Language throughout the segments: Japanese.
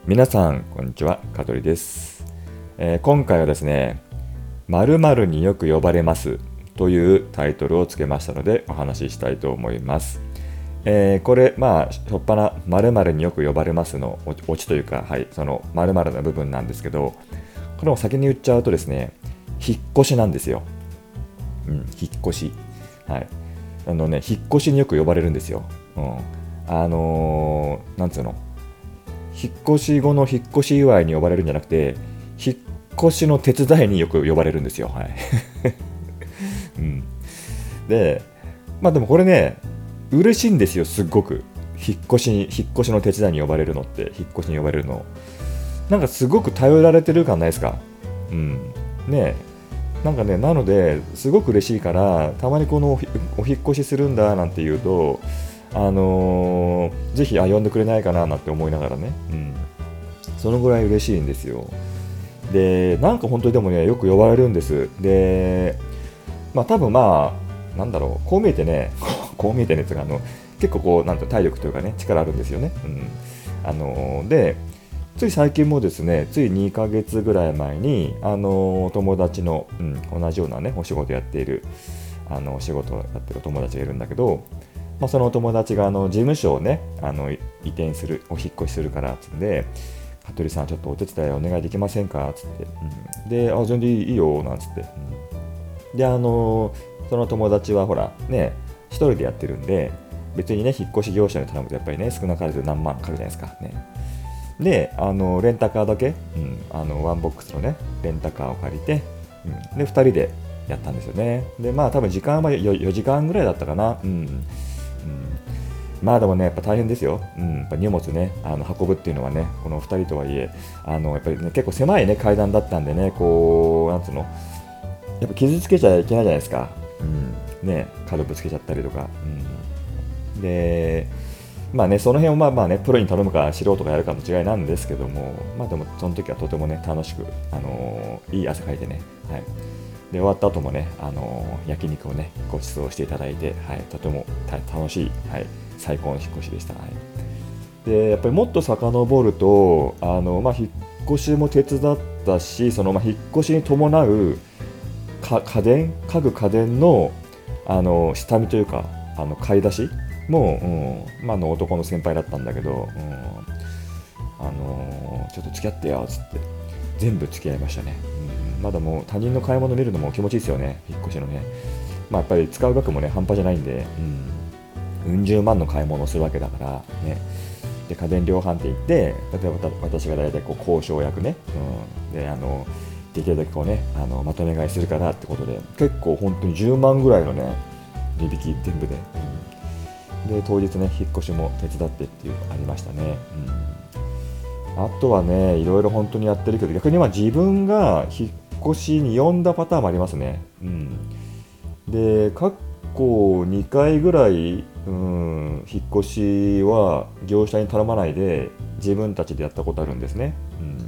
皆さんこんにちは、香取です。今回はですね、〇〇によく呼ばれますというタイトルをつけましたのでお話ししたいと思います。これしょっぱな〇〇によく呼ばれますのオチというか、その〇〇の部分なんですけど、これも先に言っちゃうとですね、引っ越しなんですよ。引っ越し。引っ越しによく呼ばれるんですよ。なんつうの、引っ越し後の引っ越し祝いに呼ばれるんじゃなくて、引っ越しの手伝いによく呼ばれるんですよ。で、でもこれね、嬉しいんですよ、すっごく。引っ越しの手伝いに呼ばれるのって、引っ越しに呼ばれるの。なんかすごく頼られてる感ないですか？ねなんかね、なので、すごく嬉しいから、たまにこのお引っ越しするんだなんて言うと、ぜひ呼んでくれないかななんて思いながらね、そのぐらい嬉しいんですよ。で、なんか本当にでもね、よく呼ばれるんです。で、多分なんだろう、こう見えてね、こう見えてねっていうか、結構こう、なんて体力というかね、力あるんですよね。で、つい最近もですね、つい2ヶ月ぐらい前に、友達の、同じようなね、お仕事やっている、お仕事をやってるお友達がいるんだけど、そのお友達が事務所をね、移転する、お引っ越しするからつって、羽鳥さん、ちょっとお手伝いお願いできませんかつって、で、全然いいよなんつって、で、その友達はほら、ね、一人でやってるんで、別にね、引っ越し業者に頼むとやっぱりね、少なからず何万かかるじゃないですか。ね、で、レンタカーだけ、ワンボックスのね、レンタカーを借りて、で、2人でやったんですよね。で、多分時間は4時間ぐらいだったかな。でもね、やっぱ大変ですよ。やっぱ荷物ね、運ぶっていうのはね、この2人とはいえ、やっぱりね、結構狭いね、階段だったんでね、こう、なんつうの、やっぱ傷つけちゃいけないじゃないですか。ね、角ぶつけちゃったりとか。で、その辺をプロに頼むか素人がやるかの違いなんですけども、でもその時はとてもね、楽しく、いい汗かいてね、で、終わった後もね、焼肉をね、ご馳走していただいて、とても楽しい、最高の引っ越しでした。で、やっぱりもっと遡ると、引っ越しも手伝ったし、その引っ越しに伴う家具家電の、下見というか、買い出しも男の先輩だったんだけど、ちょっと付き合ってよっつって全部付き合いましたね。でも他人の買い物見るのも気持ちいいですよね、引っ越しのね。やっぱり使う額もね半端じゃないんで、うん十万の買い物をするわけだからね。で、家電量販店行って、例えば私が大体こう交渉役ね、でできるだけこうねまとめ買いするからってことで、結構本当に10万ぐらいのね値引き全部で、で当日ね引っ越しも手伝ってっていうありましたね。あとはね、いろいろ本当にやってるけど、逆に自分が引っ越しに呼んだパターンもありますね。で、過去2回ぐらい、引っ越しは業者に頼まないで自分たちでやったことあるんですね。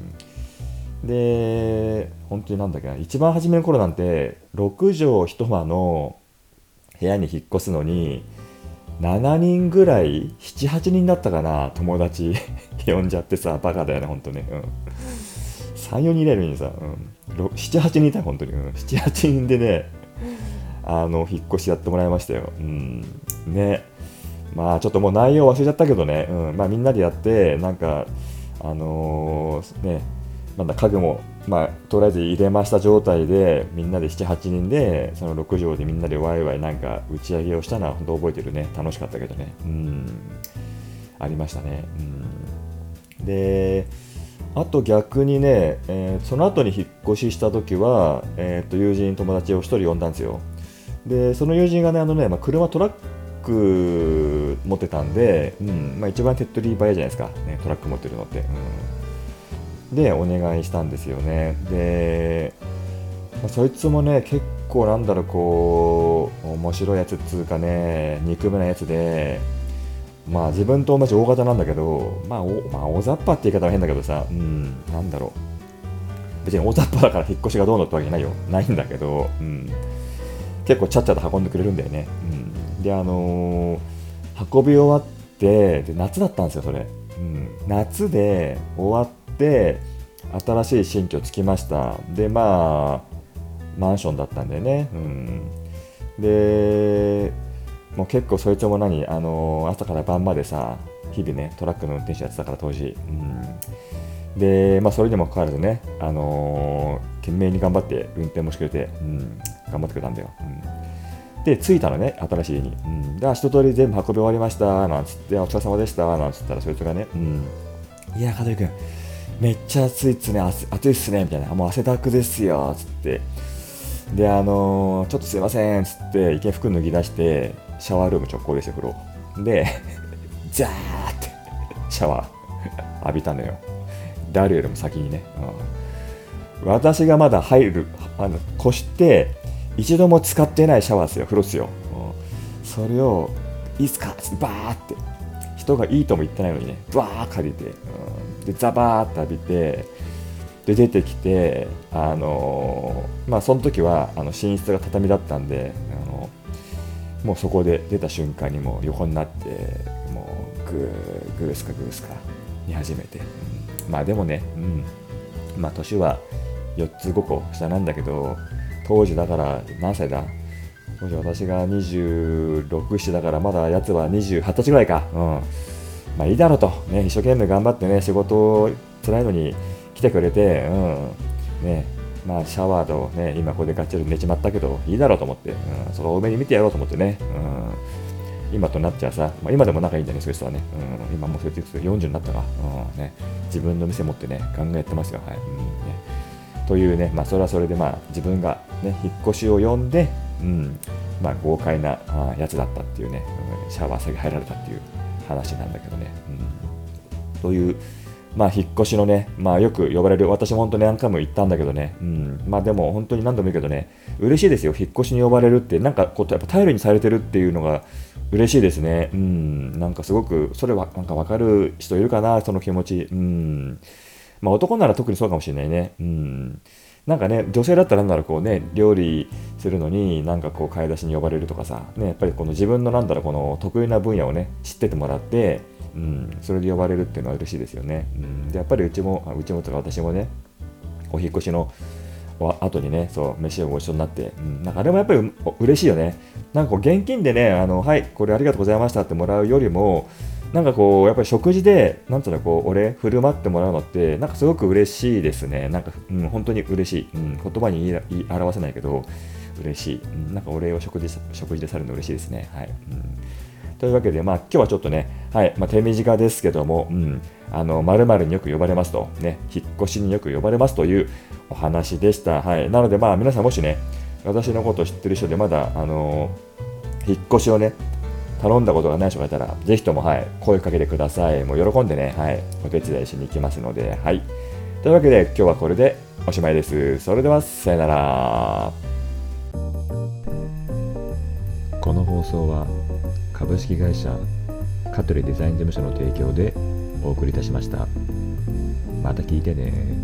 で、本当になんだっけな、一番初めの頃なんて6畳一間の部屋に引っ越すのに7人ぐらい、7、8人だったかな、友達呼んじゃってさ、バカだよね、ほんとね。3、4人いれるのにさ、7、8人いたよ、ほんとに。7、8人でね、引っ越しやってもらいましたよ。ね。ちょっともう内容忘れちゃったけどね、みんなでやって、なんか、ね、家具も、とりあえず入れました状態で、みんなで7、8人で、その6畳でみんなでワイワイなんか打ち上げをしたのは本当覚えてるね。楽しかったけどね。ありましたね。で、あと逆にね、その後に引っ越しした時は、友人、友達を1人呼んだんですよ。で、その友人がね、車トラック持ってたんで、一番手っ取り早いじゃないですか、ね、トラック持ってるのって。でお願いしたんですよね。で、そいつもね結構なんだろう、こう面白いやつっつうかね、憎めなやつで、自分と同じ大型なんだけど、大雑把って言い方は変だけどさ、なんだろう、別に大雑把だから引っ越しがどうのってわけじゃないんだけど、結構ちゃっちゃと運んでくれるんだよね。で、運び終わって、で夏だったんですよそれ。 夏で終わって新しい新居着きました。でまあマンションだったんでね、でもう結構そいつも朝から晩までさ日々ねトラックの運転手やってたから当時、でそれにもかかわらずね、懸命に頑張って運転もしてくれて、頑張ってくれたんだよ、で着いたのね新しい家に、で一通り全部運び終わりましたなんつって、お疲れ様でしたなんつったらそいつがね、いや香取君めっちゃ暑いっすね、暑いっすねみたいな、もう汗だくですよつって、でちょっとすいませんつって一見服脱ぎ出してシャワールーム直行ですよ、風呂でザーってシャワー浴びたのよ、誰よりも先にね、私がまだ越して一度も使ってないシャワーですよ、風呂ですよ、それをいいっすかってバーって人がいいとも言ってないのにねバー借りて、でザバーって浴びて、で出てきて、その時は寝室が畳だったんで、もうそこで出た瞬間にもう横になってもうグースか見始めて、でもね、年は4つ5個下なんだけど、当時だから何歳だ、当時私が26、7だからまだやつは20歳ぐらいか、いいだろうと、ね、一生懸命頑張ってね仕事辛いのに来てくれて、シャワーとね今ここでガッチリ寝ちまったけどいいだろうと思って、それを多めに見てやろうと思ってね、今となっちゃさ、今でも仲いいんだよね、そういう人はね、今もうそうやって40になったか、自分の店持ってねガンガンやってますよ、というね、それはそれで自分がね引っ越しを呼んで、豪快なやつだったっていうね、シャワー先入られたっていう話なんだけどね、という引っ越しのね、よく呼ばれる、私も本当に何回も言ったんだけどね、でも本当に何度も言うけどね、嬉しいですよ、引っ越しに呼ばれるって、なんかこうやっぱ頼りにされてるっていうのが嬉しいですね、なんかすごくそれはなんか分かる人いるかな、その気持ち、男なら特にそうかもしれないね、なんかね、女性だったらこうね、料理するのになんかこう買い出しに呼ばれるとかさ、やっぱりこの自分のこの得意な分野をね知っててもらって、それで呼ばれるっていうのは嬉しいですよね。でやっぱりうちもとか私もね、お引っ越しの後にね、そう飯をご一緒になって、なんかあれもやっぱり嬉しいよね。なんかこう現金でね、はいこれありがとうございましたってもらうよりも、なんかこうやっぱり食事でなんていうのこうお礼振る舞ってもらうのってなんかすごく嬉しいですね。なんか、本当に嬉しい、言葉に言い表せないけど嬉しい、なんかお礼を食事でされるの嬉しいですね。はい。というわけで、今日はちょっとね、手短ですけども、〇〇によく呼ばれますと、ね、引っ越しによく呼ばれますというお話でした。なので、皆さんもしね、私のことを知ってる人でまだ、引っ越しをね、頼んだことがない人がいたら、ぜひとも、声かけてください。もう喜んでね、お手伝いしに行きますので、というわけで、今日はこれでおしまいです。それでは、さよなら。この放送は、株式会社香取デザイン事務所の提供でお送りいたしました。また聞いてね。